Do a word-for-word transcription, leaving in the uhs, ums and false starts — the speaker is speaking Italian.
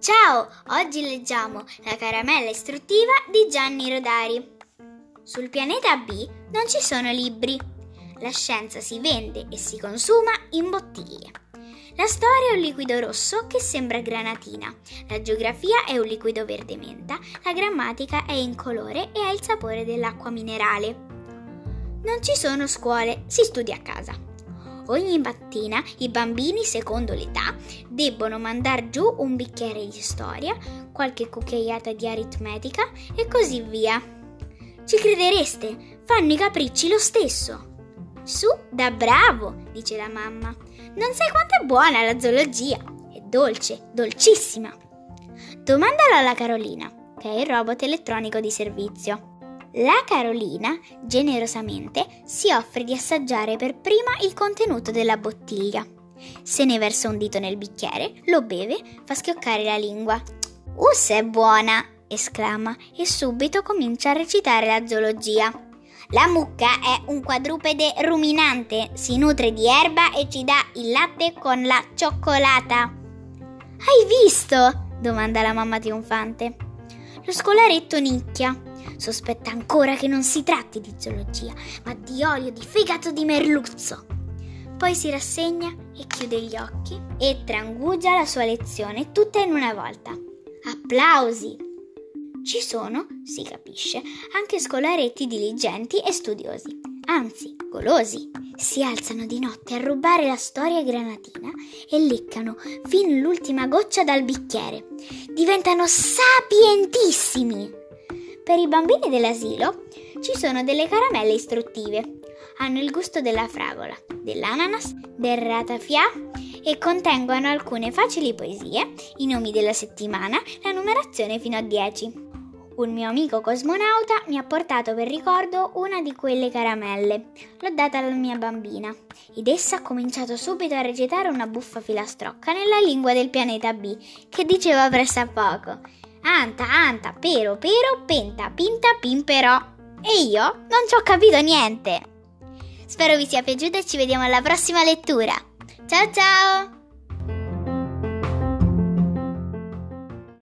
Ciao, oggi leggiamo La caramella istruttiva di Gianni Rodari. Sul pianeta B non ci sono libri. La scienza si vende e si consuma in bottiglie. La storia è un liquido rosso che sembra granatina. La geografia è un liquido verde menta. La grammatica è incolore e ha il sapore dell'acqua minerale. Non ci sono scuole, si studia a casa. Ogni mattina i bambini, secondo l'età, debbono mandar giù un bicchiere di storia, qualche cucchiaiata di aritmetica e così via. Ci credereste? Fanno i capricci lo stesso. Su, da bravo, dice la mamma. Non sai quanto è buona la zoologia. È dolce, dolcissima. Domandalo alla Carolina, che è il robot elettronico di servizio. La Carolina, generosamente, si offre di assaggiare per prima il contenuto della bottiglia. Se ne versa un dito nel bicchiere, lo beve, fa schioccare la lingua. «Uh, se è buona!» esclama e subito comincia a recitare la zoologia. «La mucca è un quadrupede ruminante, si nutre di erba e ci dà il latte con la cioccolata». «Hai visto?» domanda la mamma trionfante. Lo scolaretto nicchia. Sospetta ancora che non si tratti di zoologia, ma di olio di fegato di merluzzo. Poi si rassegna e chiude gli occhi e trangugia la sua lezione tutta in una volta. Applausi! Ci sono, si capisce, anche scolaretti diligenti e studiosi, anzi golosi. Si alzano di notte a rubare la storia granatina e leccano fino all'ultima goccia dal bicchiere. Diventano sapientissimi! Per i bambini dell'asilo ci sono delle caramelle istruttive. Hanno il gusto della fragola, dell'ananas, del ratafia e contengono alcune facili poesie, i nomi della settimana, la numerazione fino a dieci. Un mio amico cosmonauta mi ha portato per ricordo una di quelle caramelle. L'ho data alla mia bambina ed essa ha cominciato subito a recitare una buffa filastrocca nella lingua del pianeta B che diceva pressappoco: Anta, anta, pero, pero, penta, pinta, pimperò. E io non ci ho capito niente. Spero vi sia piaciuto e ci vediamo alla prossima lettura. Ciao ciao!